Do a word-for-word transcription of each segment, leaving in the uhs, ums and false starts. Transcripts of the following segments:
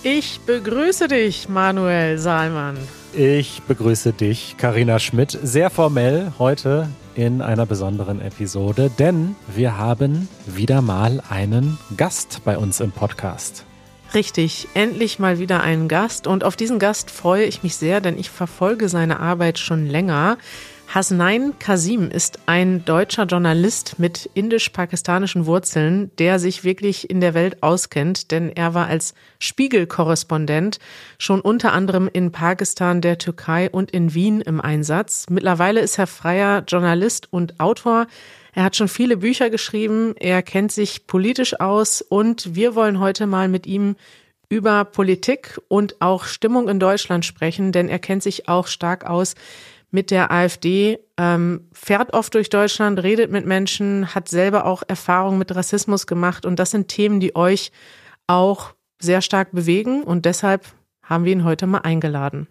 Ich begrüße dich, Manuel Saalmann. Ich begrüße dich, Carina Schmidt, sehr formell heute in einer besonderen Episode, denn wir haben wieder mal einen Gast bei uns im Podcast. Richtig, endlich mal wieder einen Gast und auf diesen Gast freue ich mich sehr, denn ich verfolge seine Arbeit schon länger. Hasnain Kasim ist ein deutscher Journalist mit indisch-pakistanischen Wurzeln, der sich wirklich in der Welt auskennt, denn er war als Spiegel-Korrespondent schon unter anderem in Pakistan, der Türkei und in Wien im Einsatz. Mittlerweile ist er freier Journalist und Autor. Er hat schon viele Bücher geschrieben, er kennt sich politisch aus und wir wollen heute mal mit ihm über Politik und auch Stimmung in Deutschland sprechen, denn er kennt sich auch stark aus mit der AfD, ähm, fährt oft durch Deutschland, redet mit Menschen, hat selber auch Erfahrungen mit Rassismus gemacht und das sind Themen, die euch auch sehr stark bewegen und deshalb haben wir ihn heute mal eingeladen.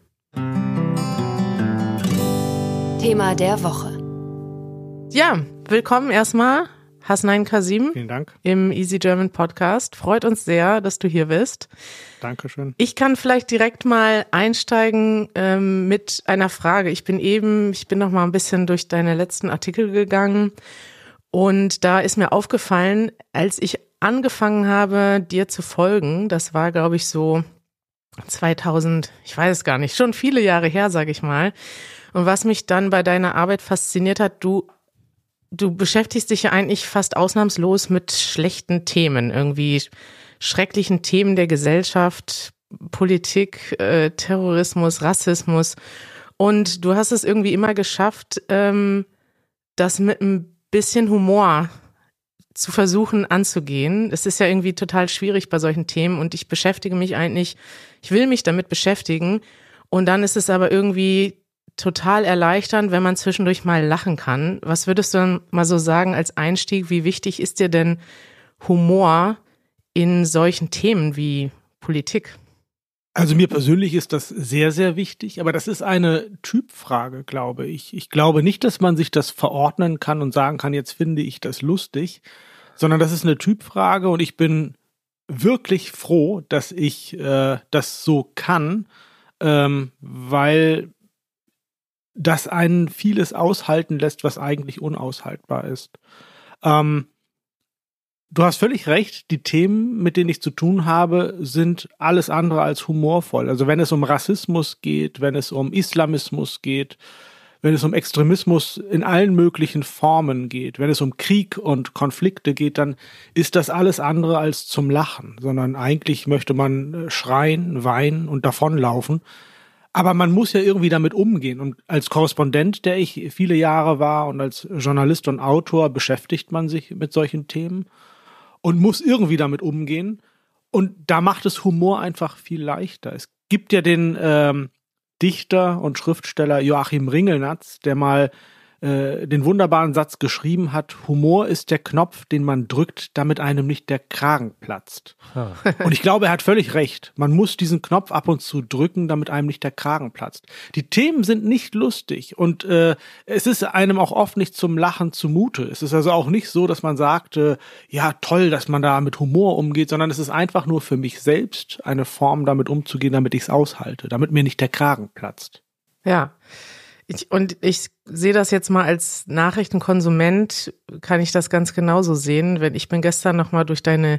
Thema der Woche. Ja, willkommen erstmal, Hasnain Kasim. Vielen Dank. Im Easy German Podcast. Freut uns sehr, dass du hier bist. Dankeschön. Ich kann vielleicht direkt mal einsteigen ähm, mit einer Frage. Ich bin eben, ich bin noch mal ein bisschen durch deine letzten Artikel gegangen und da ist mir aufgefallen, als ich angefangen habe, dir zu folgen, das war, glaube ich, so zweitausend, ich weiß es gar nicht, schon viele Jahre her, sage ich mal. Und was mich dann bei deiner Arbeit fasziniert hat, du Du beschäftigst dich ja eigentlich fast ausnahmslos mit schlechten Themen, irgendwie schrecklichen Themen der Gesellschaft, Politik, äh, Terrorismus, Rassismus. Und du hast es irgendwie immer geschafft, ähm, das mit ein bisschen Humor zu versuchen anzugehen. Es ist ja irgendwie total schwierig bei solchen Themen und ich beschäftige mich eigentlich, ich will mich damit beschäftigen und dann ist es aber irgendwie total erleichternd, wenn man zwischendurch mal lachen kann. Was würdest du dann mal so sagen als Einstieg? Wie wichtig ist dir denn Humor in solchen Themen wie Politik? Also mir persönlich ist das sehr, sehr wichtig, aber das ist eine Typfrage, glaube ich. Ich glaube nicht, dass man sich das verordnen kann und sagen kann, jetzt finde ich das lustig, sondern das ist eine Typfrage und ich bin wirklich froh, dass ich äh, das so kann, ähm, weil das einen vieles aushalten lässt, was eigentlich unaushaltbar ist. Ähm, du hast völlig recht, die Themen, mit denen ich zu tun habe, sind alles andere als humorvoll. Also wenn es um Rassismus geht, wenn es um Islamismus geht, wenn es um Extremismus in allen möglichen Formen geht, wenn es um Krieg und Konflikte geht, dann ist das alles andere als zum Lachen, sondern eigentlich möchte man schreien, weinen und davonlaufen. Aber man muss ja irgendwie damit umgehen. Und als Korrespondent, der ich viele Jahre war und als Journalist und Autor, beschäftigt man sich mit solchen Themen und muss irgendwie damit umgehen. Und da macht es Humor einfach viel leichter. Es gibt ja den ähm, Dichter und Schriftsteller Joachim Ringelnatz, der mal äh, den wunderbaren Satz geschrieben hat, Humor ist der Knopf, den man drückt, damit einem nicht der Kragen platzt. Ah. Und ich glaube, er hat völlig recht. Man muss diesen Knopf ab und zu drücken, damit einem nicht der Kragen platzt. Die Themen sind nicht lustig und äh, es ist einem auch oft nicht zum Lachen zumute. Es ist also auch nicht so, dass man sagt, äh, ja toll, dass man da mit Humor umgeht, sondern es ist einfach nur für mich selbst eine Form, damit umzugehen, damit ich es aushalte, damit mir nicht der Kragen platzt. Ja. Ich, und ich sehe das jetzt mal als Nachrichtenkonsument, kann ich das ganz genauso sehen. Wenn ich bin gestern noch mal durch deine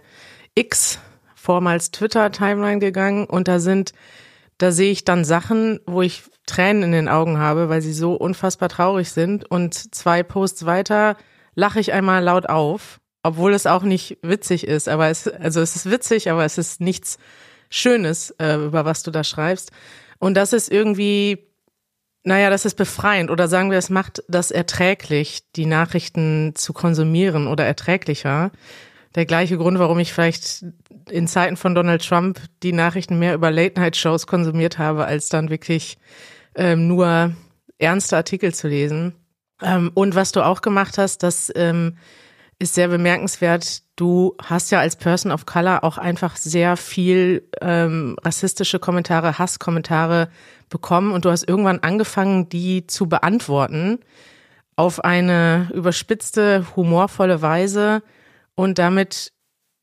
X, vormals Twitter-Timeline gegangen und da sind, da sehe ich dann Sachen, wo ich Tränen in den Augen habe, weil sie so unfassbar traurig sind und zwei Posts weiter lache ich einmal laut auf, obwohl es auch nicht witzig ist. Aber es, also es ist witzig, aber es ist nichts Schönes, äh, über was du da schreibst. Und das ist irgendwie Naja, das ist befreiend oder sagen wir, es macht das erträglich, die Nachrichten zu konsumieren oder erträglicher. Der gleiche Grund, warum ich vielleicht in Zeiten von Donald Trump die Nachrichten mehr über Late-Night-Shows konsumiert habe, als dann wirklich ähm, nur ernste Artikel zu lesen. Ähm, und was du auch gemacht hast, das ähm, ist sehr bemerkenswert. Du hast ja als Person of Color auch einfach sehr viel ähm, rassistische Kommentare, Hasskommentare bekommen und du hast irgendwann angefangen, die zu beantworten auf eine überspitzte, humorvolle Weise und damit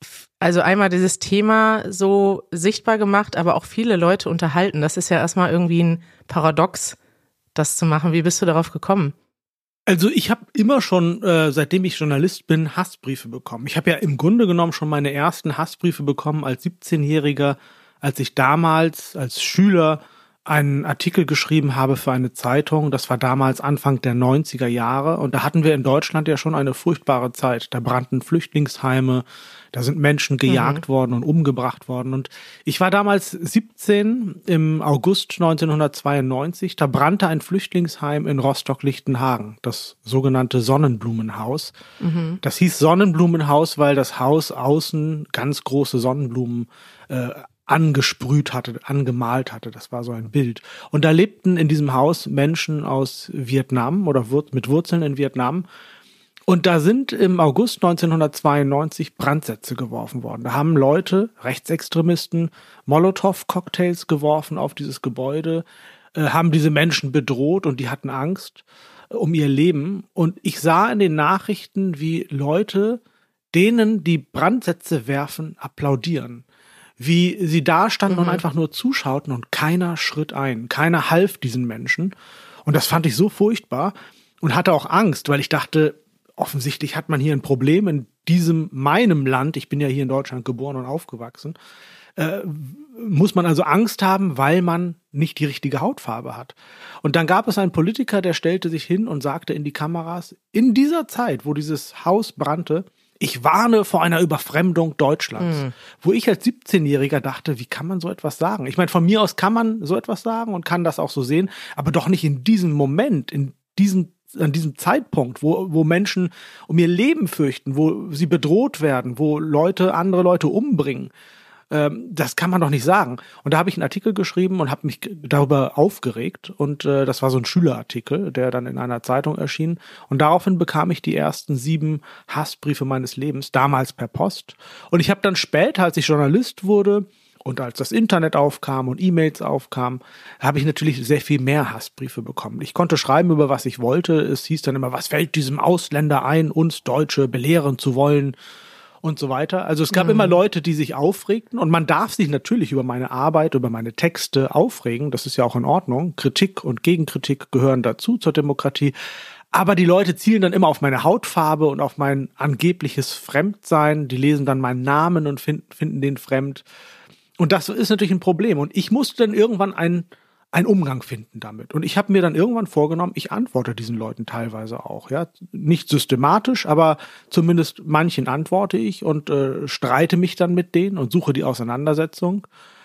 also einmal dieses Thema so sichtbar gemacht, aber auch viele Leute unterhalten. Das ist ja erstmal irgendwie ein Paradox, das zu machen. Wie bist du darauf gekommen? Also ich habe immer schon, äh, seitdem ich Journalist bin, Hassbriefe bekommen. Ich habe ja im Grunde genommen schon meine ersten Hassbriefe bekommen als siebzehnjähriger, als ich damals als Schüler einen Artikel geschrieben habe für eine Zeitung. Das war damals Anfang der neunziger Jahre und da hatten wir in Deutschland ja schon eine furchtbare Zeit. Da brannten Flüchtlingsheime, da sind Menschen gejagt mhm. worden und umgebracht worden. Und ich war damals siebzehn im August neunzehnhundertzweiundneunzig. Da brannte ein Flüchtlingsheim in Rostock-Lichtenhagen, das sogenannte Sonnenblumenhaus. Mhm. Das hieß Sonnenblumenhaus, weil das Haus außen ganz große Sonnenblumen äh, angesprüht hatte, angemalt hatte. Das war so ein Bild. Und da lebten in diesem Haus Menschen aus Vietnam oder mit Wurzeln in Vietnam. Und da sind im August neunzehnhundertzweiundneunzig Brandsätze geworfen worden. Da haben Leute, Rechtsextremisten, Molotow-Cocktails geworfen auf dieses Gebäude, äh, haben diese Menschen bedroht und die hatten Angst äh, um ihr Leben. Und ich sah in den Nachrichten, wie Leute, denen die Brandsätze werfen, applaudieren. Wie sie da standen mhm. und einfach nur zuschauten und keiner schritt ein. Keiner half diesen Menschen. Und das fand ich so furchtbar und hatte auch Angst, weil ich dachte, offensichtlich hat man hier ein Problem in diesem, meinem Land, ich bin ja hier in Deutschland geboren und aufgewachsen, äh, muss man also Angst haben, weil man nicht die richtige Hautfarbe hat. Und dann gab es einen Politiker, der stellte sich hin und sagte in die Kameras, in dieser Zeit, wo dieses Haus brannte, ich warne vor einer Überfremdung Deutschlands. Mhm. Wo ich als siebzehnjähriger dachte, wie kann man so etwas sagen? Ich meine, von mir aus kann man so etwas sagen und kann das auch so sehen, aber doch nicht in diesem Moment, in diesem, an diesem Zeitpunkt, wo, wo Menschen um ihr Leben fürchten, wo sie bedroht werden, wo Leute andere Leute umbringen. Das kann man doch nicht sagen. Und da habe ich einen Artikel geschrieben und habe mich darüber aufgeregt. Und äh, das war so ein Schülerartikel, der dann in einer Zeitung erschien. Und daraufhin bekam ich die ersten sieben Hassbriefe meines Lebens, damals per Post. Und ich habe dann später, als ich Journalist wurde und als das Internet aufkam und E-Mails aufkamen, habe ich natürlich sehr viel mehr Hassbriefe bekommen. Ich konnte schreiben, über was ich wollte. Es hieß dann immer, was fällt diesem Ausländer ein, uns Deutsche belehren zu wollen? Und so weiter. Also es gab mhm. immer Leute, die sich aufregten und man darf sich natürlich über meine Arbeit, über meine Texte aufregen. Das ist ja auch in Ordnung. Kritik und Gegenkritik gehören dazu zur Demokratie. Aber die Leute zielen dann immer auf meine Hautfarbe und auf mein angebliches Fremdsein. Die lesen dann meinen Namen und finden, finden den fremd. Und das ist natürlich ein Problem. Und ich musste dann irgendwann einen einen Umgang finden damit. Und ich habe mir dann irgendwann vorgenommen, ich antworte diesen Leuten teilweise auch. Ja, nicht systematisch, aber zumindest manchen antworte ich und äh, streite mich dann mit denen und suche die Auseinandersetzung.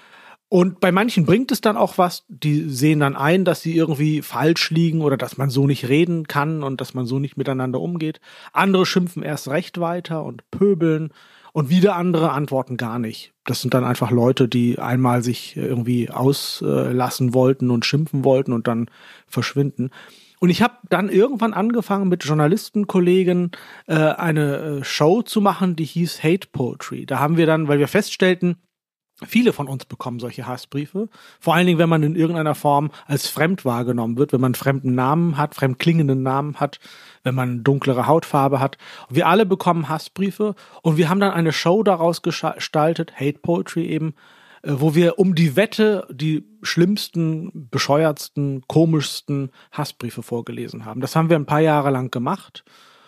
Und bei manchen bringt es dann auch was, die sehen dann ein, dass sie irgendwie falsch liegen oder dass man so nicht reden kann und dass man so nicht miteinander umgeht. Andere schimpfen erst recht weiter und pöbeln. Und wieder andere antworten gar nicht. Das sind dann einfach Leute, die einmal sich irgendwie auslassen wollten und schimpfen wollten und dann verschwinden. Und ich habe dann irgendwann angefangen, mit Journalistenkollegen äh, eine Show zu machen, die hieß Hate Poetry. Da haben wir dann, weil wir feststellten, viele von uns bekommen solche Hassbriefe. Vor allen Dingen, wenn man in irgendeiner Form als fremd wahrgenommen wird, wenn man einen fremden Namen hat, fremd klingenden Namen hat, wenn man dunklere Hautfarbe hat. Wir alle bekommen Hassbriefe und wir haben dann eine Show daraus gestaltet, Hate Poetry eben, wo wir um die Wette die schlimmsten, bescheuertsten, komischsten Hassbriefe vorgelesen haben. Das haben wir ein paar Jahre lang gemacht.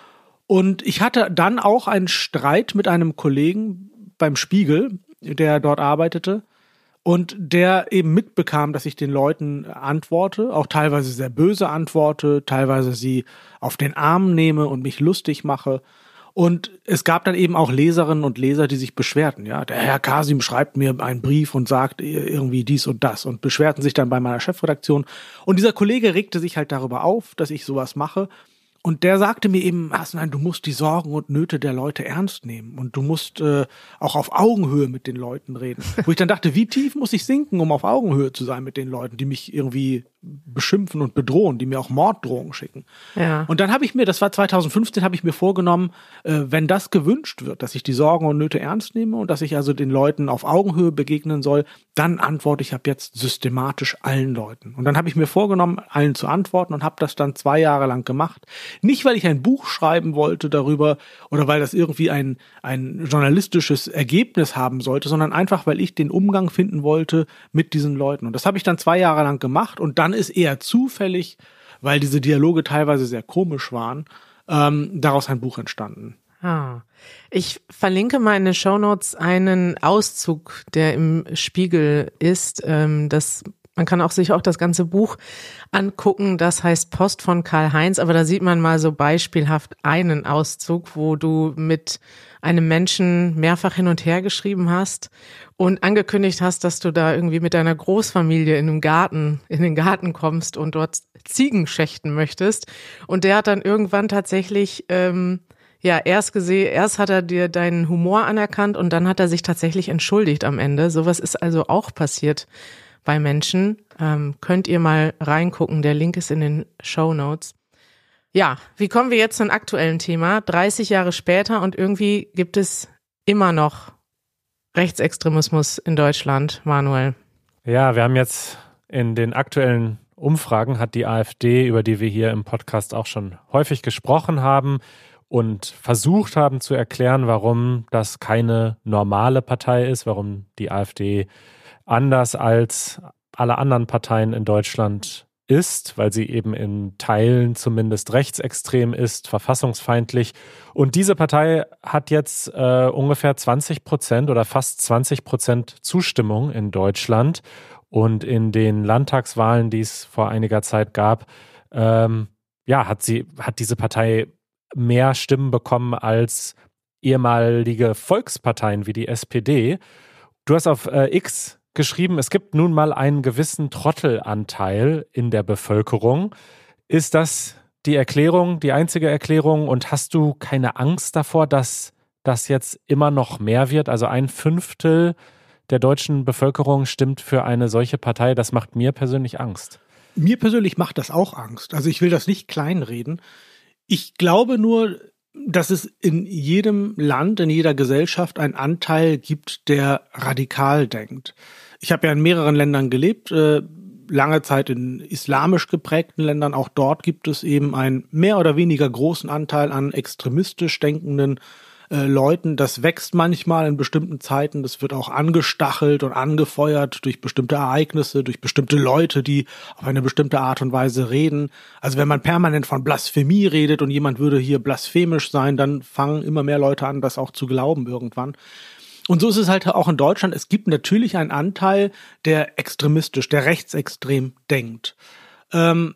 Und ich hatte dann auch einen Streit mit einem Kollegen beim Spiegel, der dort arbeitete und der eben mitbekam, dass ich den Leuten antworte, auch teilweise sehr böse antworte, teilweise sie auf den Arm nehme und mich lustig mache. Und es gab dann eben auch Leserinnen und Leser, die sich beschwerten. Ja, der Herr Kasim schreibt mir einen Brief und sagt irgendwie dies und das und beschwerten sich dann bei meiner Chefredaktion. Und dieser Kollege regte sich halt darüber auf, dass ich sowas mache. Und der sagte mir eben, Hassan, du musst die Sorgen und Nöte der Leute ernst nehmen und du musst äh, auch auf Augenhöhe mit den Leuten reden. Wo ich dann dachte, wie tief muss ich sinken, um auf Augenhöhe zu sein mit den Leuten, die mich irgendwie beschimpfen und bedrohen, die mir auch Morddrohungen schicken. Ja. Und dann habe ich mir, das war zwanzig fünfzehn, habe ich mir vorgenommen, äh, wenn das gewünscht wird, dass ich die Sorgen und Nöte ernst nehme und dass ich also den Leuten auf Augenhöhe begegnen soll, dann antworte ich ab jetzt systematisch allen Leuten. Und dann habe ich mir vorgenommen, allen zu antworten und habe das dann zwei Jahre lang gemacht. Nicht, weil ich ein Buch schreiben wollte darüber oder weil das irgendwie ein, ein journalistisches Ergebnis haben sollte, sondern einfach, weil ich den Umgang finden wollte mit diesen Leuten. Und das habe ich dann zwei Jahre lang gemacht und dann ist eher zufällig, weil diese Dialoge teilweise sehr komisch waren, ähm, daraus ein Buch entstanden. Ah. Ich verlinke mal in den Shownotes einen Auszug, der im Spiegel ist. Ähm, das, man kann auch sich auch das ganze Buch angucken. Das heißt Post von Karl-Heinz, aber da sieht man mal so beispielhaft einen Auszug, wo du mit einem Menschen mehrfach hin und her geschrieben hast und angekündigt hast, dass du da irgendwie mit deiner Großfamilie in den Garten, in den Garten kommst und dort Ziegen schächten möchtest. Und der hat dann irgendwann tatsächlich, ähm, ja, erst gesehen, erst hat er dir deinen Humor anerkannt und dann hat er sich tatsächlich entschuldigt am Ende. Sowas ist also auch passiert bei Menschen. Ähm, könnt ihr mal reingucken. Der Link ist in den Shownotes. Ja, wie kommen wir jetzt zum aktuellen Thema? dreißig Jahre später und irgendwie gibt es immer noch Rechtsextremismus in Deutschland, Manuel. Ja, wir haben jetzt in den aktuellen Umfragen hat die AfD, über die wir hier im Podcast auch schon häufig gesprochen haben und versucht haben zu erklären, warum das keine normale Partei ist, warum die AfD anders als alle anderen Parteien in Deutschland ist, weil sie eben in Teilen zumindest rechtsextrem ist, verfassungsfeindlich. Und diese Partei hat jetzt äh, ungefähr zwanzig Prozent oder fast zwanzig Prozent Zustimmung in Deutschland. Und in den Landtagswahlen, die es vor einiger Zeit gab, ähm, ja, hat sie, hat diese Partei mehr Stimmen bekommen als ehemalige Volksparteien wie die S P D. Du hast auf äh, X geschrieben, es gibt nun mal einen gewissen Trottelanteil in der Bevölkerung. Ist das die Erklärung, die einzige Erklärung? Und hast du keine Angst davor, dass das jetzt immer noch mehr wird? Also ein Fünftel der deutschen Bevölkerung stimmt für eine solche Partei. Das macht mir persönlich Angst. Mir persönlich macht das auch Angst. Also ich will das nicht kleinreden. Ich glaube nur, dass es in jedem Land, in jeder Gesellschaft einen Anteil gibt, der radikal denkt. Ich habe ja in mehreren Ländern gelebt, äh, lange Zeit in islamisch geprägten Ländern. Auch dort gibt es eben einen mehr oder weniger großen Anteil an extremistisch denkenden äh, Leuten. Das wächst manchmal in bestimmten Zeiten. Das wird auch angestachelt und angefeuert durch bestimmte Ereignisse, durch bestimmte Leute, die auf eine bestimmte Art und Weise reden. Also wenn man permanent von Blasphemie redet und jemand würde hier blasphemisch sein, dann fangen immer mehr Leute an, das auch zu glauben irgendwann. Und so ist es halt auch in Deutschland. Es gibt natürlich einen Anteil, der extremistisch, der rechtsextrem denkt. Ähm,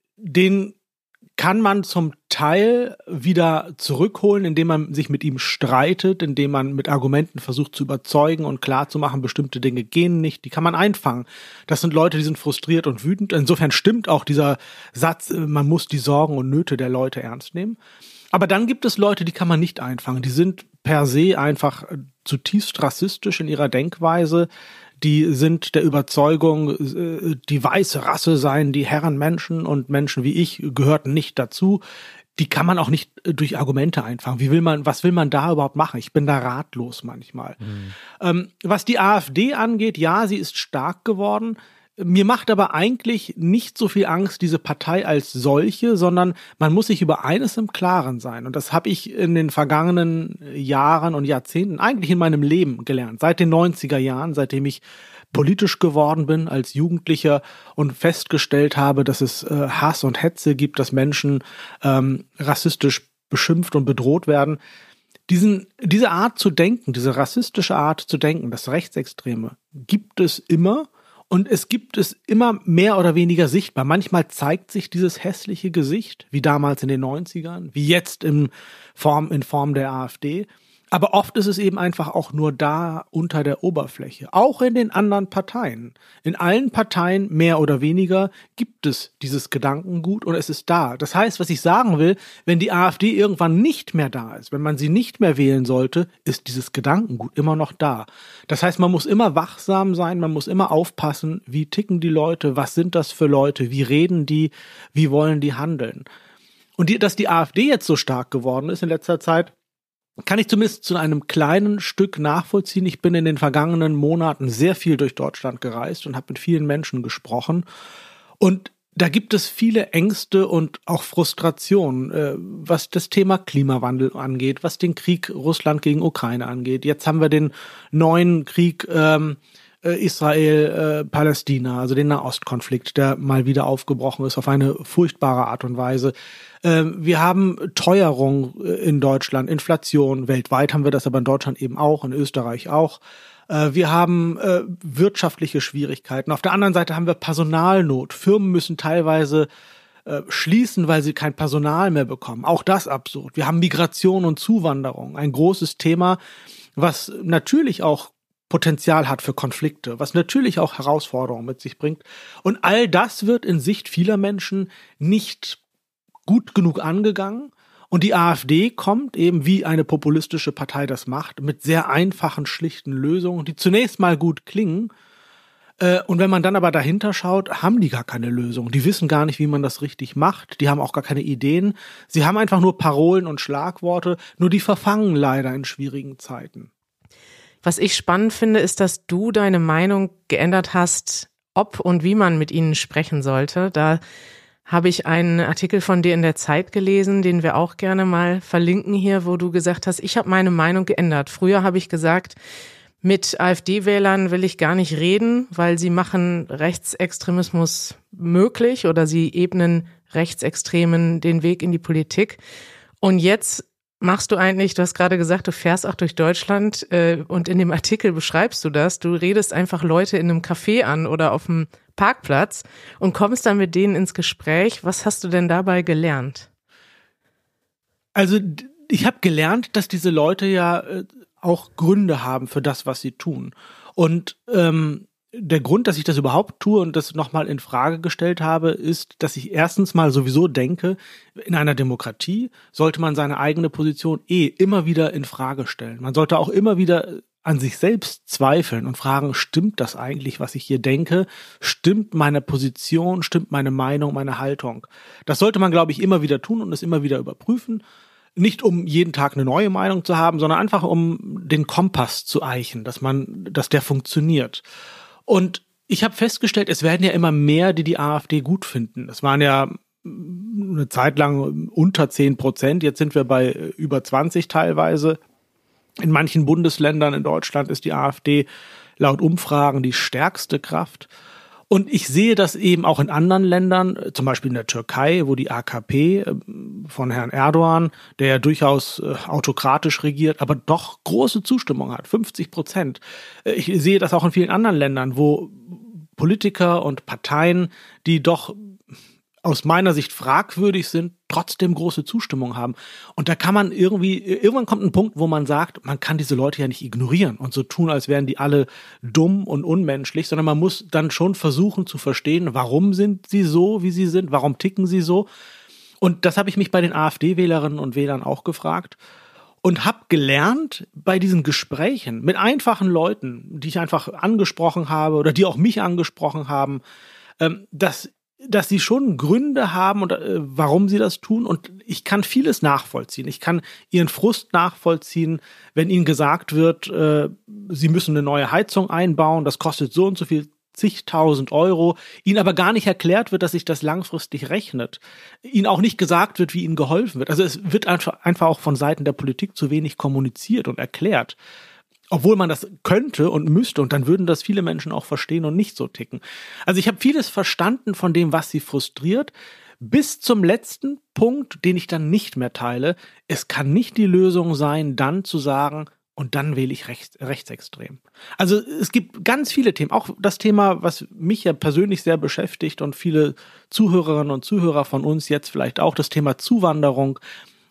den kann man zum Teil wieder zurückholen, indem man sich mit ihm streitet, indem man mit Argumenten versucht zu überzeugen und klarzumachen, bestimmte Dinge gehen nicht, die kann man einfangen. Das sind Leute, die sind frustriert und wütend. Insofern stimmt auch dieser Satz, man muss die Sorgen und Nöte der Leute ernst nehmen. Aber dann gibt es Leute, die kann man nicht einfangen. Die sind per se einfach zutiefst rassistisch in ihrer Denkweise. Die sind der Überzeugung, die weiße Rasse seien die Herrenmenschen und Menschen wie ich gehörten nicht dazu. Die kann man auch nicht durch Argumente einfangen. Wie will man, was will man da überhaupt machen? Ich bin da ratlos manchmal. Mhm. Ähm, was die AfD angeht, ja, sie ist stark geworden. Mir macht aber eigentlich nicht so viel Angst diese Partei als solche, sondern man muss sich über eines im Klaren sein. Und das habe ich in den vergangenen Jahren und Jahrzehnten, eigentlich in meinem Leben gelernt. Seit den neunziger Jahren, seitdem ich politisch geworden bin als Jugendlicher und festgestellt habe, dass es äh, Hass und Hetze gibt, dass Menschen ähm, rassistisch beschimpft und bedroht werden. Diesen, diese Art zu denken, diese rassistische Art zu denken, das Rechtsextreme, gibt es immer. Und es gibt es immer mehr oder weniger sichtbar. Manchmal zeigt sich dieses hässliche Gesicht, wie damals in den neunzigern, wie jetzt in Form, in Form der AfD. Aber oft ist es eben einfach auch nur da unter der Oberfläche. Auch in den anderen Parteien. In allen Parteien, mehr oder weniger, gibt es dieses Gedankengut und es ist da. Das heißt, was ich sagen will, wenn die AfD irgendwann nicht mehr da ist, wenn man sie nicht mehr wählen sollte, ist dieses Gedankengut immer noch da. Das heißt, man muss immer wachsam sein, man muss immer aufpassen, wie ticken die Leute, was sind das für Leute, wie reden die, wie wollen die handeln. Und die, dass die AfD jetzt so stark geworden ist in letzter Zeit, kann ich zumindest zu einem kleinen Stück nachvollziehen. Ich bin in den vergangenen Monaten sehr viel durch Deutschland gereist und habe mit vielen Menschen gesprochen. Und da gibt es viele Ängste und auch Frustrationen, äh, was das Thema Klimawandel angeht, was den Krieg Russland gegen Ukraine angeht. Jetzt haben wir den neuen Krieg ähm, Israel-Palästina, äh, also den Nahostkonflikt, der mal wieder aufgebrochen ist auf eine furchtbare Art und Weise. Äh, wir haben Teuerung in Deutschland, Inflation, weltweit haben wir das, aber in Deutschland eben auch, in Österreich auch. Äh, wir haben äh, wirtschaftliche Schwierigkeiten. Auf der anderen Seite haben wir Personalnot. Firmen müssen teilweise äh, schließen, weil sie kein Personal mehr bekommen. Auch das absurd. Wir haben Migration und Zuwanderung, ein großes Thema, was natürlich auch Potenzial hat für Konflikte, was natürlich auch Herausforderungen mit sich bringt. Und all das wird in Sicht vieler Menschen nicht gut genug angegangen. Und die AfD kommt eben, wie eine populistische Partei das macht, mit sehr einfachen, schlichten Lösungen, die zunächst mal gut klingen. Und wenn man dann aber dahinter schaut, haben die gar keine Lösung. Die wissen gar nicht, wie man das richtig macht. Die haben auch gar keine Ideen. Sie haben einfach nur Parolen und Schlagworte, nur die verfangen leider in schwierigen Zeiten. Was ich spannend finde, ist, dass du deine Meinung geändert hast, ob und wie man mit ihnen sprechen sollte. Da habe ich einen Artikel von dir in der Zeit gelesen, den wir auch gerne mal verlinken hier, wo du gesagt hast, ich habe meine Meinung geändert. Früher habe ich gesagt, mit AfD-Wählern will ich gar nicht reden, weil sie machen Rechtsextremismus möglich oder sie ebnen Rechtsextremen den Weg in die Politik. Und jetzt machst du eigentlich, du hast gerade gesagt, du fährst auch durch Deutschland äh, und in dem Artikel beschreibst du das, du redest einfach Leute in einem Café an oder auf dem Parkplatz und kommst dann mit denen ins Gespräch. Was hast du denn dabei gelernt? Also ich habe gelernt, dass diese Leute ja äh, auch Gründe haben für das, was sie tun. Und ähm, der Grund, dass ich das überhaupt tue und das nochmal in Frage gestellt habe, ist, dass ich erstens mal sowieso denke, in einer Demokratie sollte man seine eigene Position eh immer wieder in Frage stellen. Man sollte auch immer wieder an sich selbst zweifeln und fragen, stimmt das eigentlich, was ich hier denke? Stimmt meine Position? Stimmt meine Meinung, meine Haltung? Das sollte man, glaube ich, immer wieder tun und es immer wieder überprüfen. Nicht um jeden Tag eine neue Meinung zu haben, sondern einfach um den Kompass zu eichen, dass man, dass der funktioniert. Und ich habe festgestellt, es werden ja immer mehr, die die AfD gut finden. Es waren ja eine Zeit lang unter zehn Prozent, jetzt sind wir bei über zwanzig teilweise. In manchen Bundesländern in Deutschland ist die AfD laut Umfragen die stärkste Kraft. Und ich sehe das eben auch in anderen Ländern, zum Beispiel in der Türkei, wo die A K P von Herrn Erdogan, der ja durchaus autokratisch regiert, aber doch große Zustimmung hat, fünfzig Prozent. Ich sehe das auch in vielen anderen Ländern, wo Politiker und Parteien, die doch aus meiner Sicht fragwürdig sind, trotzdem große Zustimmung haben. Und da kann man irgendwie, irgendwann kommt ein Punkt, wo man sagt, man kann diese Leute ja nicht ignorieren und so tun, als wären die alle dumm und unmenschlich, sondern man muss dann schon versuchen zu verstehen, warum sind sie so, wie sie sind, warum ticken sie so. Und das habe ich mich bei den AfD-Wählerinnen und Wählern auch gefragt und habe gelernt bei diesen Gesprächen mit einfachen Leuten, die ich einfach angesprochen habe oder die auch mich angesprochen haben, dass dass sie schon Gründe haben und äh, warum sie das tun, und ich kann vieles nachvollziehen. Ich kann ihren Frust nachvollziehen, wenn ihnen gesagt wird, äh, sie müssen eine neue Heizung einbauen, das kostet so und so viel, zigtausend Euro, ihnen aber gar nicht erklärt wird, dass sich das langfristig rechnet, ihnen auch nicht gesagt wird, wie ihnen geholfen wird. Also es wird einfach, einfach auch von Seiten der Politik zu wenig kommuniziert und erklärt. Obwohl man das könnte und müsste, und dann würden das viele Menschen auch verstehen und nicht so ticken. Also ich habe vieles verstanden von dem, was sie frustriert, bis zum letzten Punkt, den ich dann nicht mehr teile. Es kann nicht die Lösung sein, dann zu sagen, und dann wähle ich rechts, rechtsextrem. Also es gibt ganz viele Themen, auch das Thema, was mich ja persönlich sehr beschäftigt und viele Zuhörerinnen und Zuhörer von uns jetzt vielleicht auch, das Thema Zuwanderung.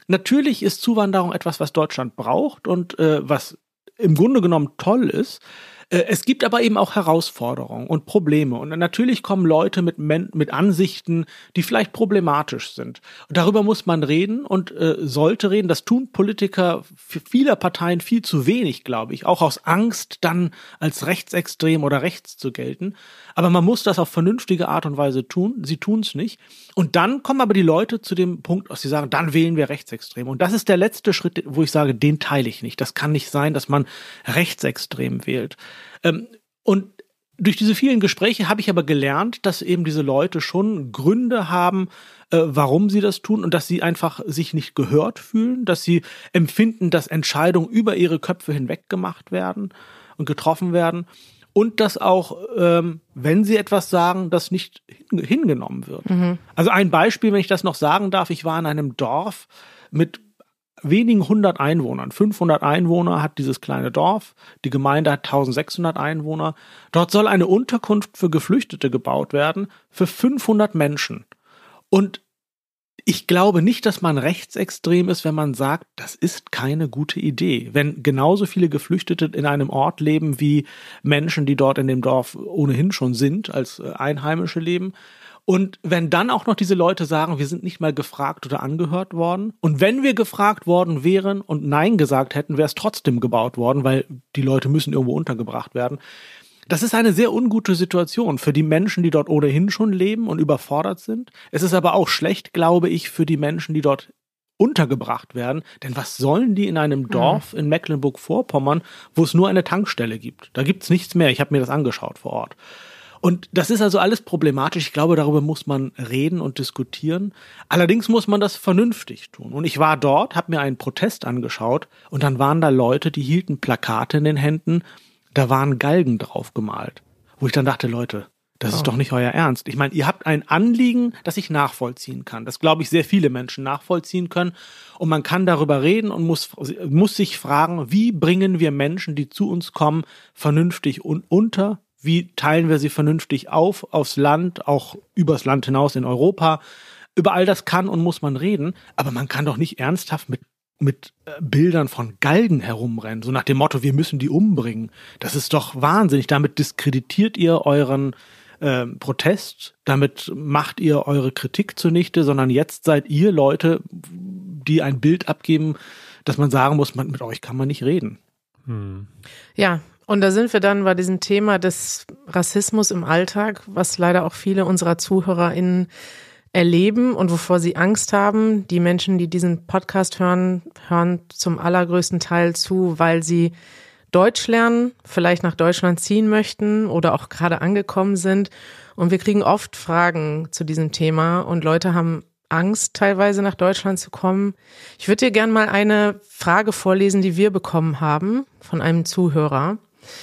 natürlich ist Zuwanderung etwas, was Deutschland braucht und äh, was im Grunde genommen toll ist. Es gibt aber eben auch Herausforderungen und Probleme. Und natürlich kommen Leute mit, Men- mit Ansichten, die vielleicht problematisch sind. Und darüber muss man reden und äh, sollte reden. Das tun Politiker für vieler Parteien viel zu wenig, glaube ich. Auch aus Angst, dann als rechtsextrem oder rechts zu gelten. Aber man muss das auf vernünftige Art und Weise tun. Sie tun es nicht. Und dann kommen aber die Leute zu dem Punkt, dass sie sagen, dann wählen wir rechtsextrem. Und das ist der letzte Schritt, wo ich sage, den teile ich nicht. Das kann nicht sein, dass man rechtsextrem wählt. Ähm, und durch diese vielen Gespräche habe ich aber gelernt, dass eben diese Leute schon Gründe haben, äh, warum sie das tun und dass sie einfach sich nicht gehört fühlen, dass sie empfinden, dass Entscheidungen über ihre Köpfe hinweg gemacht werden und getroffen werden und dass auch, ähm, wenn sie etwas sagen, das nicht hin- hingenommen wird. Mhm. Also ein Beispiel, wenn ich das noch sagen darf, ich war in einem Dorf mit wenigen hundert Einwohnern. fünfhundert Einwohner hat dieses kleine Dorf. Die Gemeinde hat eintausendsechshundert Einwohner. Dort soll eine Unterkunft für Geflüchtete gebaut werden, für fünfhundert Menschen. Und ich glaube nicht, dass man rechtsextrem ist, wenn man sagt, das ist keine gute Idee. Wenn genauso viele Geflüchtete in einem Ort leben wie Menschen, die dort in dem Dorf ohnehin schon sind, als Einheimische leben. Und wenn dann auch noch diese Leute sagen, wir sind nicht mal gefragt oder angehört worden. Und wenn wir gefragt worden wären und Nein gesagt hätten, wäre es trotzdem gebaut worden, weil die Leute müssen irgendwo untergebracht werden. Das ist eine sehr ungute Situation für die Menschen, die dort ohnehin schon leben und überfordert sind. Es ist aber auch schlecht, glaube ich, für die Menschen, die dort untergebracht werden. Denn was sollen die in einem Dorf in Mecklenburg-Vorpommern, wo es nur eine Tankstelle gibt? Da gibt's nichts mehr. Ich habe mir das angeschaut vor Ort. Und das ist also alles problematisch. Ich glaube, darüber muss man reden und diskutieren. Allerdings muss man das vernünftig tun. Und ich war dort, habe mir einen Protest angeschaut und dann waren da Leute, die hielten Plakate in den Händen, da waren Galgen drauf gemalt. Wo ich dann dachte, Leute, das ist oh. doch nicht euer Ernst. Ich meine, ihr habt ein Anliegen, das ich nachvollziehen kann. Das, glaube ich, sehr viele Menschen nachvollziehen können. Und man kann darüber reden und muss, muss sich fragen, wie bringen wir Menschen, die zu uns kommen, vernünftig un- unter? Wie teilen wir sie vernünftig auf, aufs Land, auch übers Land hinaus in Europa? Über all das kann und muss man reden, aber man kann doch nicht ernsthaft mit, mit Bildern von Galgen herumrennen, so nach dem Motto, wir müssen die umbringen. Das ist doch wahnsinnig. Damit diskreditiert ihr euren äh, Protest, damit macht ihr eure Kritik zunichte, sondern jetzt seid ihr Leute, die ein Bild abgeben, dass man sagen muss, man, mit euch kann man nicht reden. Hm. Ja, und da sind wir dann bei diesem Thema des Rassismus im Alltag, was leider auch viele unserer ZuhörerInnen erleben und wovor sie Angst haben. Die Menschen, die diesen Podcast hören, hören zum allergrößten Teil zu, weil sie Deutsch lernen, vielleicht nach Deutschland ziehen möchten oder auch gerade angekommen sind. Und wir kriegen oft Fragen zu diesem Thema und Leute haben Angst, teilweise nach Deutschland zu kommen. Ich würde dir gerne mal eine Frage vorlesen, die wir bekommen haben von einem Zuhörer.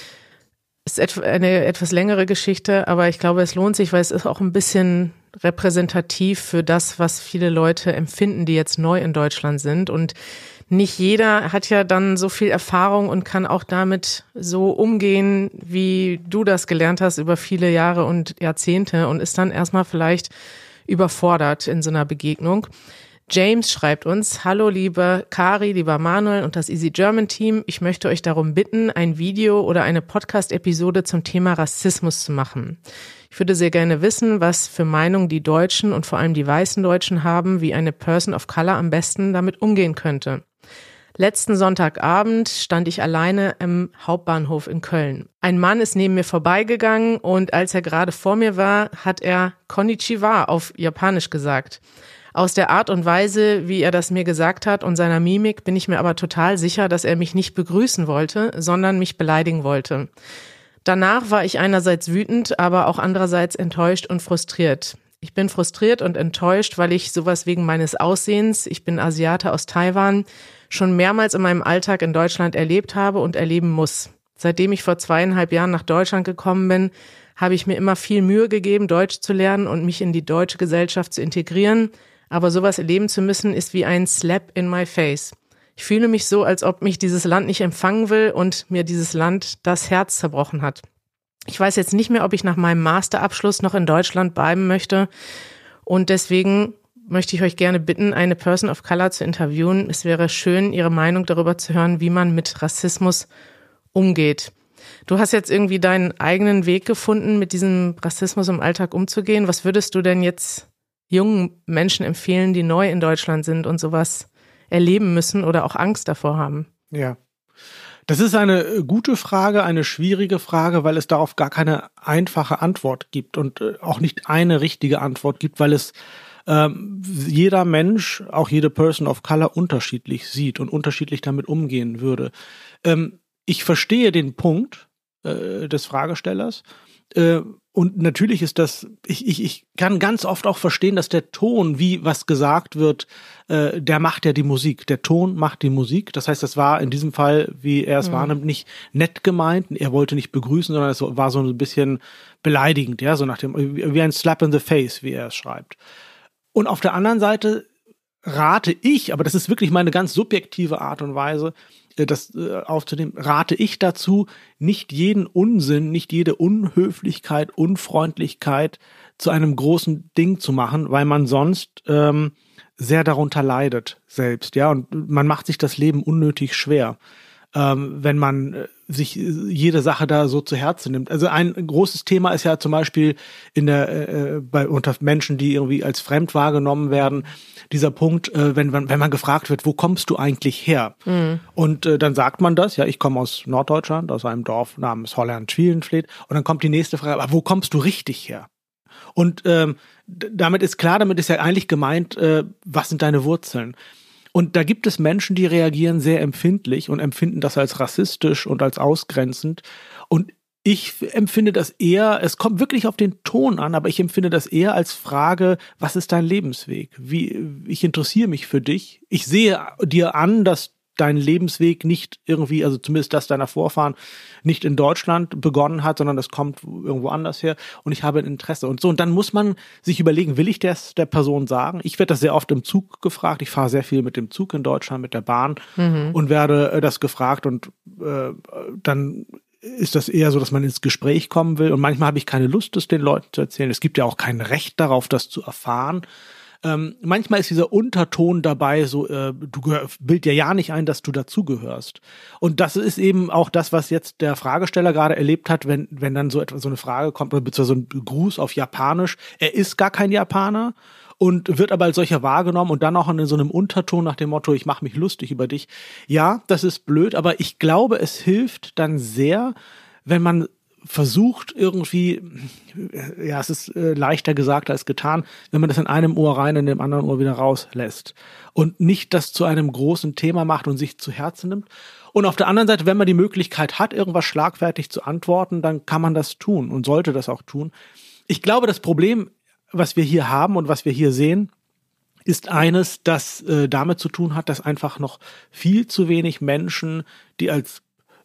Ist eine etwas längere Geschichte, aber ich glaube, es lohnt sich, weil es ist auch ein bisschen repräsentativ für das, was viele Leute empfinden, die jetzt neu in Deutschland sind. Und nicht jeder hat ja dann so viel Erfahrung und kann auch damit so umgehen, wie du das gelernt hast über viele Jahre und Jahrzehnte und ist dann erstmal vielleicht überfordert in so einer Begegnung. James schreibt uns: Hallo liebe Kari, lieber Manuel und das Easy German Team. Ich möchte euch darum bitten, ein Video oder eine Podcast-Episode zum Thema Rassismus zu machen. Ich würde sehr gerne wissen, was für Meinungen die Deutschen und vor allem die weißen Deutschen haben, wie eine Person of Color am besten damit umgehen könnte. Letzten Sonntagabend stand ich alleine im Hauptbahnhof in Köln. Ein Mann ist neben mir vorbeigegangen und als er gerade vor mir war, hat er Konnichiwa auf Japanisch gesagt. Aus der Art und Weise, wie er das mir gesagt hat und seiner Mimik bin ich mir aber total sicher, dass er mich nicht begrüßen wollte, sondern mich beleidigen wollte. Danach war ich einerseits wütend, aber auch andererseits enttäuscht und frustriert. Ich bin frustriert und enttäuscht, weil ich sowas wegen meines Aussehens, ich bin Asiate aus Taiwan, schon mehrmals in meinem Alltag in Deutschland erlebt habe und erleben muss. Seitdem ich vor zweieinhalb Jahren nach Deutschland gekommen bin, habe ich mir immer viel Mühe gegeben, Deutsch zu lernen und mich in die deutsche Gesellschaft zu integrieren. Aber sowas erleben zu müssen, ist wie ein Slap in my face. Ich fühle mich so, als ob mich dieses Land nicht empfangen will und mir dieses Land das Herz zerbrochen hat. Ich weiß jetzt nicht mehr, ob ich nach meinem Masterabschluss noch in Deutschland bleiben möchte und deswegen möchte ich euch gerne bitten, eine Person of Color zu interviewen. Es wäre schön, ihre Meinung darüber zu hören, wie man mit Rassismus umgeht. Du hast jetzt irgendwie deinen eigenen Weg gefunden, mit diesem Rassismus im Alltag umzugehen. Was würdest du denn jetzt jungen Menschen empfehlen, die neu in Deutschland sind und sowas erleben müssen oder auch Angst davor haben? Ja, das ist eine gute Frage, eine schwierige Frage, weil es darauf gar keine einfache Antwort gibt und auch nicht eine richtige Antwort gibt, weil es ähm, jeder Mensch, auch jede Person of Color unterschiedlich sieht und unterschiedlich damit umgehen würde. Ähm, ich verstehe den Punkt äh, des Fragestellers. Äh, und natürlich ist das, ich, ich, ich kann ganz oft auch verstehen, dass der Ton, wie was gesagt wird, äh, der macht ja die Musik. Der Ton macht die Musik. Das heißt, das war in diesem Fall, wie er es mhm. wahrnimmt, nicht nett gemeint. Er wollte nicht begrüßen, sondern es war so ein bisschen beleidigend, ja, so nach dem, wie ein Slap in the face, wie er es schreibt. Und auf der anderen Seite rate ich, aber das ist wirklich meine ganz subjektive Art und Weise, das äh, aufzunehmen, rate ich dazu, nicht jeden Unsinn, nicht jede Unhöflichkeit, Unfreundlichkeit zu einem großen Ding zu machen, weil man sonst ähm, sehr darunter leidet selbst, ja, und man macht sich das Leben unnötig schwer, ähm, wenn man äh, sich jede Sache da so zu Herzen nimmt. Also ein großes Thema ist ja zum Beispiel in der äh, bei unter Menschen, die irgendwie als fremd wahrgenommen werden, dieser Punkt, äh, wenn, wenn wenn man gefragt wird, wo kommst du eigentlich her? Mhm. Und äh, dann sagt man das, ja, ich komme aus Norddeutschland, aus einem Dorf namens Holland-Schwielenfleet. Und dann kommt die nächste Frage, aber wo kommst du richtig her? Und ähm, damit ist klar, damit ist ja eigentlich gemeint, äh, was sind deine Wurzeln? Und da gibt es Menschen, die reagieren sehr empfindlich und empfinden das als rassistisch und als ausgrenzend. Und ich empfinde das eher, es kommt wirklich auf den Ton an, aber ich empfinde das eher als Frage, was ist dein Lebensweg? Wie, ich interessiere mich für dich. Ich sehe dir an, dass dein Lebensweg nicht irgendwie, also zumindest das deiner Vorfahren, nicht in Deutschland begonnen hat, sondern das kommt irgendwo anders her und ich habe ein Interesse und so. Und dann muss man sich überlegen, will ich das der Person sagen? Ich werde das sehr oft im Zug gefragt. Ich fahre sehr viel mit dem Zug in Deutschland, mit der Bahn mhm. und werde äh, das gefragt und äh, dann ist das eher so, dass man ins Gespräch kommen will und manchmal habe ich keine Lust, das den Leuten zu erzählen. Es gibt ja auch kein Recht darauf, das zu erfahren. Ähm, manchmal ist dieser Unterton dabei, so äh, du gehör, bild dir ja nicht ein, dass du dazugehörst. Und das ist eben auch das, was jetzt der Fragesteller gerade erlebt hat, wenn wenn dann so etwas, so eine Frage kommt oder beziehungsweise so ein Gruß auf Japanisch. Er ist gar kein Japaner und wird aber als solcher wahrgenommen und dann auch in so einem Unterton nach dem Motto, ich mache mich lustig über dich. Ja, das ist blöd, aber ich glaube, es hilft dann sehr, wenn man versucht irgendwie, ja, es ist äh, leichter gesagt als getan, wenn man das in einem Ohr rein, in dem anderen Ohr wieder rauslässt und nicht das zu einem großen Thema macht und sich zu Herzen nimmt. Und auf der anderen Seite, wenn man die Möglichkeit hat, irgendwas schlagfertig zu antworten, dann kann man das tun und sollte das auch tun. Ich glaube, das Problem, was wir hier haben und was wir hier sehen, ist eines, das äh, damit zu tun hat, dass einfach noch viel zu wenig Menschen, die als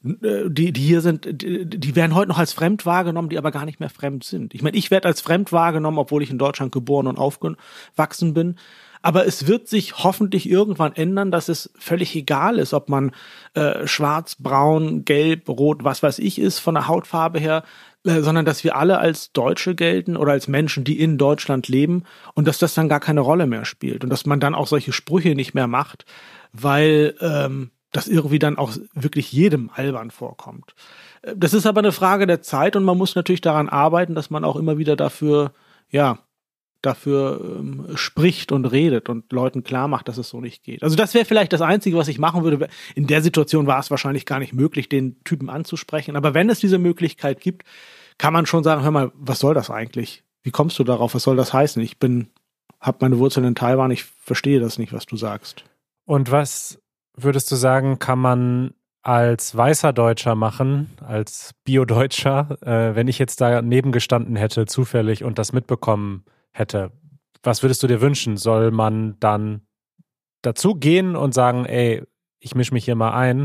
Die, die hier sind, die, die werden heute noch als fremd wahrgenommen, die aber gar nicht mehr fremd sind. Ich meine, ich werde als fremd wahrgenommen, obwohl ich in Deutschland geboren und aufgewachsen bin. Aber es wird sich hoffentlich irgendwann ändern, dass es völlig egal ist, ob man äh, schwarz, braun, gelb, rot, was weiß ich ist von der Hautfarbe her, äh, sondern dass wir alle als Deutsche gelten oder als Menschen, die in Deutschland leben und dass das dann gar keine Rolle mehr spielt und dass man dann auch solche Sprüche nicht mehr macht, weil ähm, das irgendwie dann auch wirklich jedem albern vorkommt. Das ist aber eine Frage der Zeit und man muss natürlich daran arbeiten, dass man auch immer wieder dafür, ja, dafür ähm, spricht und redet und Leuten klar macht, dass es so nicht geht. Also das wäre vielleicht das Einzige, was ich machen würde. In der Situation war es wahrscheinlich gar nicht möglich, den Typen anzusprechen. Aber wenn es diese Möglichkeit gibt, kann man schon sagen, hör mal, was soll das eigentlich? Wie kommst du darauf? Was soll das heißen? Ich bin, habe meine Wurzeln in Taiwan, ich verstehe das nicht, was du sagst. Und was würdest du sagen, kann man als weißer Deutscher machen, als Bio-Deutscher, äh, wenn ich jetzt daneben gestanden hätte, zufällig und das mitbekommen hätte? Was würdest du dir wünschen? Soll man dann dazu gehen und sagen, ey, ich mische mich hier mal ein?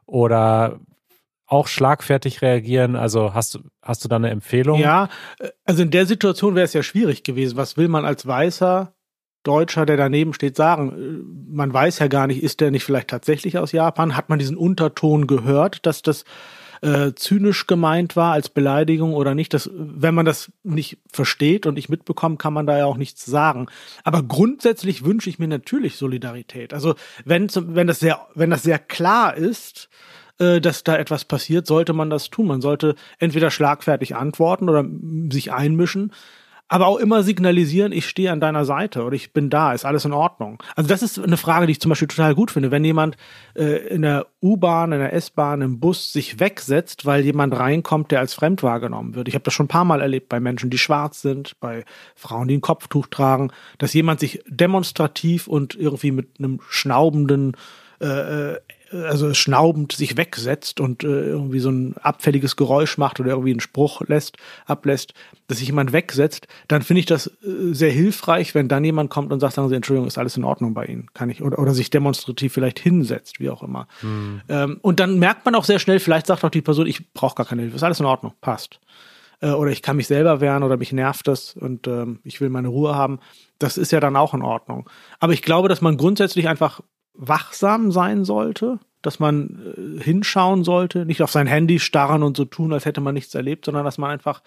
Oder auch schlagfertig reagieren? Also hast du, hast du da eine Empfehlung? Ja, also in der Situation wäre es ja schwierig gewesen. Was will man als weißer Deutscher, der daneben steht, sagen? Man weiß ja gar nicht, ist der nicht vielleicht tatsächlich aus Japan? Hat man diesen Unterton gehört, dass das äh, zynisch gemeint war als Beleidigung oder nicht. Das, wenn man das nicht versteht und nicht mitbekommt, kann man da ja auch nichts sagen. Aber grundsätzlich wünsche ich mir natürlich Solidarität. Also wenn, wenn das sehr, wenn das sehr klar ist, äh, dass da etwas passiert, sollte man das tun. Man sollte entweder schlagfertig antworten oder sich einmischen, aber auch immer signalisieren, ich stehe an deiner Seite oder ich bin da, ist alles in Ordnung. Also das ist eine Frage, die ich zum Beispiel total gut finde. Wenn jemand äh, in der U-Bahn, in der S-Bahn, im Bus sich wegsetzt, weil jemand reinkommt, der als fremd wahrgenommen wird. Ich habe das schon ein paar Mal erlebt bei Menschen, die schwarz sind, bei Frauen, die ein Kopftuch tragen, dass jemand sich demonstrativ und irgendwie mit einem schnaubenden äh, also schnaubend sich wegsetzt und äh, irgendwie so ein abfälliges Geräusch macht oder irgendwie einen Spruch lässt, ablässt, dass sich jemand wegsetzt, dann finde ich das äh, sehr hilfreich, wenn dann jemand kommt und sagt, sagen Sie, Entschuldigung, ist alles in Ordnung bei Ihnen, kann ich, oder, oder sich demonstrativ vielleicht hinsetzt, wie auch immer. Hm. Ähm, und dann merkt man auch sehr schnell, vielleicht sagt auch die Person, ich brauche gar keine Hilfe, ist alles in Ordnung, passt. Äh, oder ich kann mich selber wehren oder mich nervt das und ähm, ich will meine Ruhe haben. Das ist ja dann auch in Ordnung. Aber ich glaube, dass man grundsätzlich einfach wachsam sein sollte, dass man äh, hinschauen sollte, nicht auf sein Handy starren und so tun, als hätte man nichts erlebt, sondern dass man einfach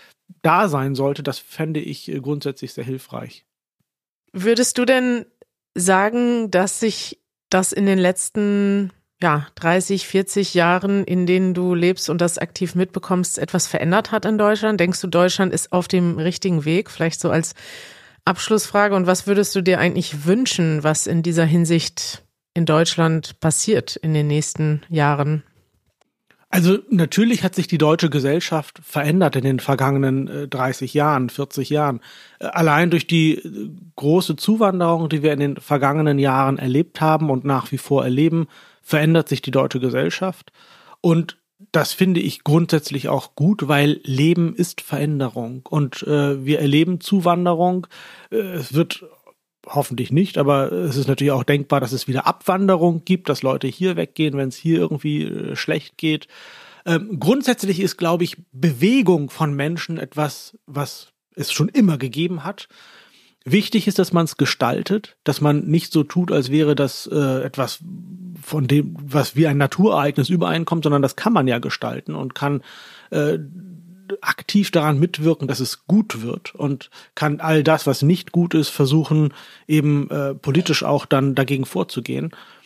da sein sollte. Das fände ich äh, grundsätzlich sehr hilfreich. Würdest du denn sagen, dass sich das in den letzten ja, dreißig, vierzig Jahren, in denen du lebst und das aktiv mitbekommst, etwas verändert hat in Deutschland? Denkst du, Deutschland ist auf dem richtigen Weg? Vielleicht so als Abschlussfrage. Und was würdest du dir eigentlich wünschen, was in dieser Hinsicht in Deutschland passiert in den nächsten Jahren? Also natürlich hat sich die deutsche Gesellschaft verändert in den vergangenen äh, dreißig Jahren, vierzig Jahren. Äh, allein durch die äh, große Zuwanderung, die wir in den vergangenen Jahren erlebt haben und nach wie vor erleben, verändert sich die deutsche Gesellschaft. Und das finde ich grundsätzlich auch gut, weil Leben ist Veränderung und äh, wir erleben Zuwanderung. Äh, es wird hoffentlich nicht, aber es ist natürlich auch denkbar, dass es wieder Abwanderung gibt, dass Leute hier weggehen, wenn es hier irgendwie äh, schlecht geht. Ähm, grundsätzlich ist, glaube ich, Bewegung von Menschen etwas, was es schon immer gegeben hat. Wichtig ist, dass man es gestaltet, dass man nicht so tut, als wäre das äh, etwas von dem, was wie ein Naturereignis übereinkommt, sondern das kann man ja gestalten und kann äh, aktiv daran mitwirken, dass es gut wird und kann all das, was nicht gut ist, versuchen, eben äh, politisch auch dann dagegen vorzugehen.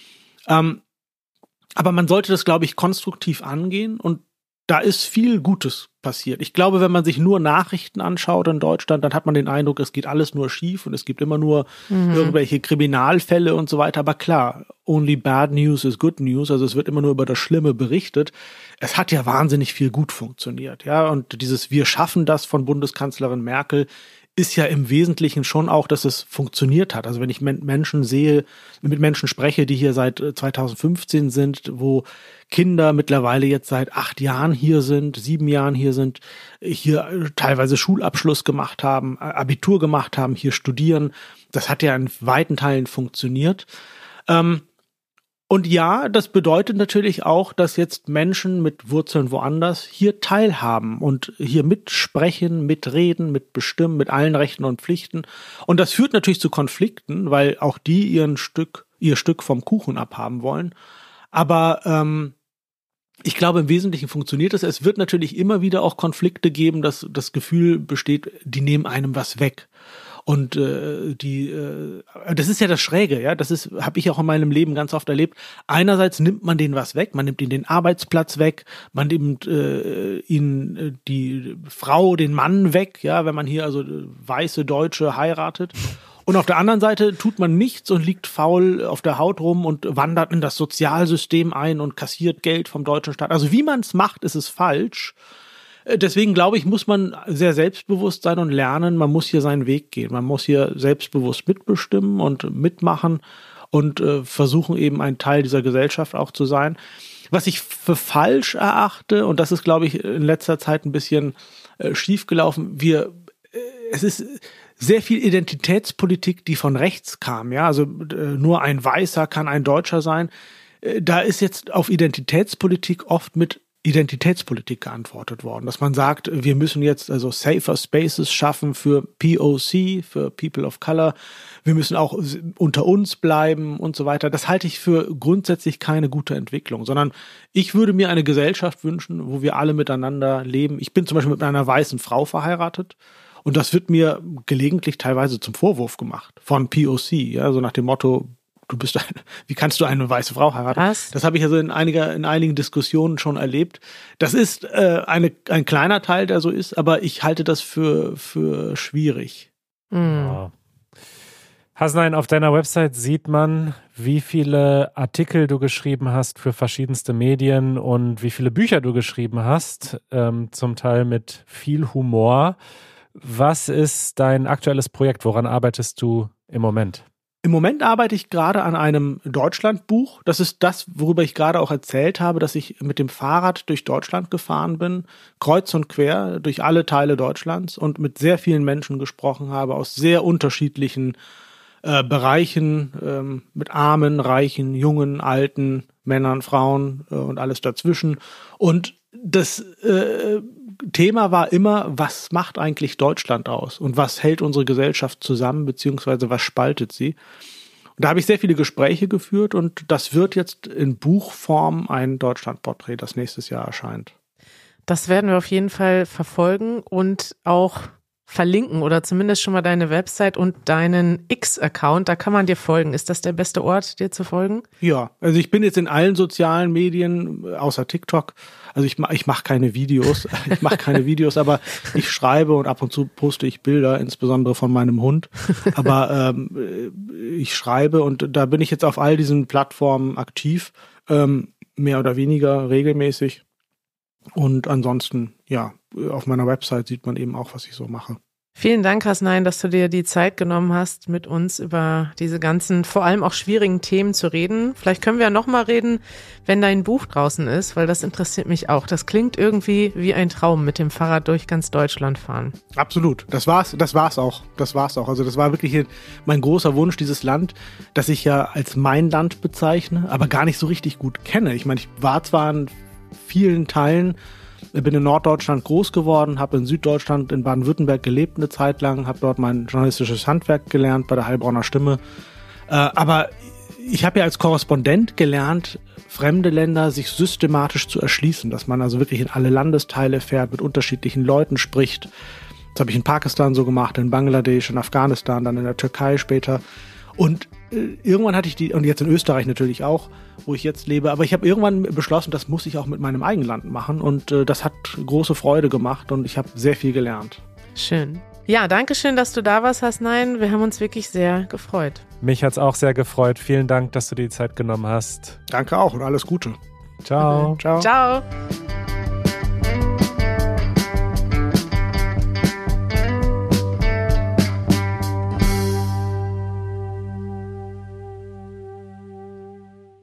Ähm, aber man sollte das, glaube ich, konstruktiv angehen und da ist viel Gutes passiert. Ich glaube, wenn man sich nur Nachrichten anschaut in Deutschland, dann hat man den Eindruck, es geht alles nur schief und es gibt immer nur mhm. irgendwelche Kriminalfälle und so weiter. Aber klar, only bad news is good news. Also es wird immer nur über das Schlimme berichtet. Es hat ja wahnsinnig viel gut funktioniert, ja. Und dieses Wir schaffen das von Bundeskanzlerin Merkel ist ja im Wesentlichen schon auch, dass es funktioniert hat. Also wenn ich Menschen sehe, mit Menschen spreche, die hier seit zweitausendfünfzehn sind, wo Kinder mittlerweile jetzt seit acht Jahren hier sind, sieben Jahren hier sind, hier teilweise Schulabschluss gemacht haben, Abitur gemacht haben, hier studieren. Das hat ja in weiten Teilen funktioniert. Ähm, Und ja, das bedeutet natürlich auch, dass jetzt Menschen mit Wurzeln woanders hier teilhaben und hier mitsprechen, mitreden, mitbestimmen, mit allen Rechten und Pflichten. Und das führt natürlich zu Konflikten, weil auch die ihren Stück, ihr Stück vom Kuchen abhaben wollen. Aber ähm, ich glaube, im Wesentlichen funktioniert es. Es wird natürlich immer wieder auch Konflikte geben, dass das Gefühl besteht, die nehmen einem was weg. Und äh, die, äh, das ist ja das Schräge, ja, das ist, habe ich auch in meinem Leben ganz oft erlebt. Einerseits nimmt man denen was weg, man nimmt ihnen den Arbeitsplatz weg, man nimmt äh, ihnen äh, die Frau, den Mann weg, ja, wenn man hier also äh, weiße Deutsche heiratet. Und auf der anderen Seite tut man nichts und liegt faul auf der Haut rum und wandert in das Sozialsystem ein und kassiert Geld vom deutschen Staat. Also wie man es macht, ist es falsch. Deswegen glaube ich, muss man sehr selbstbewusst sein und lernen, man muss hier seinen Weg gehen. Man muss hier selbstbewusst mitbestimmen und mitmachen und äh, versuchen eben ein Teil dieser Gesellschaft auch zu sein. Was ich für falsch erachte, und das ist, glaube ich, in letzter Zeit ein bisschen äh, schiefgelaufen, wir, äh, es ist sehr viel Identitätspolitik, die von rechts kam. Ja, also äh, nur ein Weißer kann ein Deutscher sein. Äh, da ist jetzt auf Identitätspolitik oft mit Identitätspolitik geantwortet worden. Dass man sagt, wir müssen jetzt also safer Spaces schaffen für P O C, für People of Color. Wir müssen auch unter uns bleiben und so weiter. Das halte ich für grundsätzlich keine gute Entwicklung, sondern ich würde mir eine Gesellschaft wünschen, wo wir alle miteinander leben. Ich bin zum Beispiel mit einer weißen Frau verheiratet und das wird mir gelegentlich teilweise zum Vorwurf gemacht von P O C, ja, so nach dem Motto, du bist ein, wie kannst du eine weiße Frau heiraten? Was? Das habe ich also in einiger, in einigen Diskussionen schon erlebt. Das ist äh, eine, ein kleiner Teil, der so ist, aber ich halte das für, für schwierig. Mhm. Ja. Hasnain, auf deiner Website sieht man, wie viele Artikel du geschrieben hast für verschiedenste Medien und wie viele Bücher du geschrieben hast, ähm, zum Teil mit viel Humor. Was ist dein aktuelles Projekt? Woran arbeitest du im Moment? Im Moment arbeite ich gerade an einem Deutschlandbuch. Das ist das, worüber ich gerade auch erzählt habe, dass ich mit dem Fahrrad durch Deutschland gefahren bin, kreuz und quer durch alle Teile Deutschlands und mit sehr vielen Menschen gesprochen habe aus sehr unterschiedlichen äh, Bereichen, ähm, mit Armen, Reichen, Jungen, Alten, Männern, Frauen äh, und alles dazwischen. Und das äh, Thema war immer, was macht eigentlich Deutschland aus und was hält unsere Gesellschaft zusammen, beziehungsweise was spaltet sie? Und da habe ich sehr viele Gespräche geführt und das wird jetzt in Buchform ein Deutschlandporträt, das nächstes Jahr erscheint. Das werden wir auf jeden Fall verfolgen und auch verlinken oder zumindest schon mal deine Website und deinen X-Account. Da kann man dir folgen. Ist das der beste Ort, dir zu folgen? Ja, also ich bin jetzt in allen sozialen Medien, außer TikTok. Also ich, ich mache keine Videos, ich mache keine Videos, aber ich schreibe und ab und zu poste ich Bilder, insbesondere von meinem Hund. Aber ähm, ich schreibe und da bin ich jetzt auf all diesen Plattformen aktiv, ähm, mehr oder weniger regelmäßig. Und ansonsten, ja, auf meiner Website sieht man eben auch, was ich so mache. Vielen Dank, Hasnain, dass du dir die Zeit genommen hast, mit uns über diese ganzen, vor allem auch schwierigen Themen zu reden. Vielleicht können wir ja nochmal reden, wenn dein Buch draußen ist, weil das interessiert mich auch. Das klingt irgendwie wie ein Traum, mit dem Fahrrad durch ganz Deutschland fahren. Absolut. Das war's, das war's auch. Das war's auch. Also das war wirklich mein großer Wunsch, dieses Land, das ich ja als mein Land bezeichne, aber gar nicht so richtig gut kenne. Ich meine, ich war zwar in vielen Teilen, bin in Norddeutschland groß geworden, habe in Süddeutschland, in Baden-Württemberg gelebt eine Zeit lang, habe dort mein journalistisches Handwerk gelernt bei der Heilbronner Stimme. Äh, aber ich habe ja als Korrespondent gelernt, fremde Länder sich systematisch zu erschließen, dass man also wirklich in alle Landesteile fährt, mit unterschiedlichen Leuten spricht. Das habe ich in Pakistan so gemacht, in Bangladesch, in Afghanistan, dann in der Türkei später. Und äh, irgendwann hatte ich die, und jetzt in Österreich natürlich auch, wo ich jetzt lebe, aber ich habe irgendwann beschlossen, das muss ich auch mit meinem eigenen Land machen und äh, das hat große Freude gemacht und ich habe sehr viel gelernt. Schön. Ja, danke schön, dass du da warst, Hasnain. Wir haben uns wirklich sehr gefreut. Mich hat's auch sehr gefreut. Vielen Dank, dass du dir die Zeit genommen hast. Danke auch und alles Gute. Ciao. Ciao. Ciao.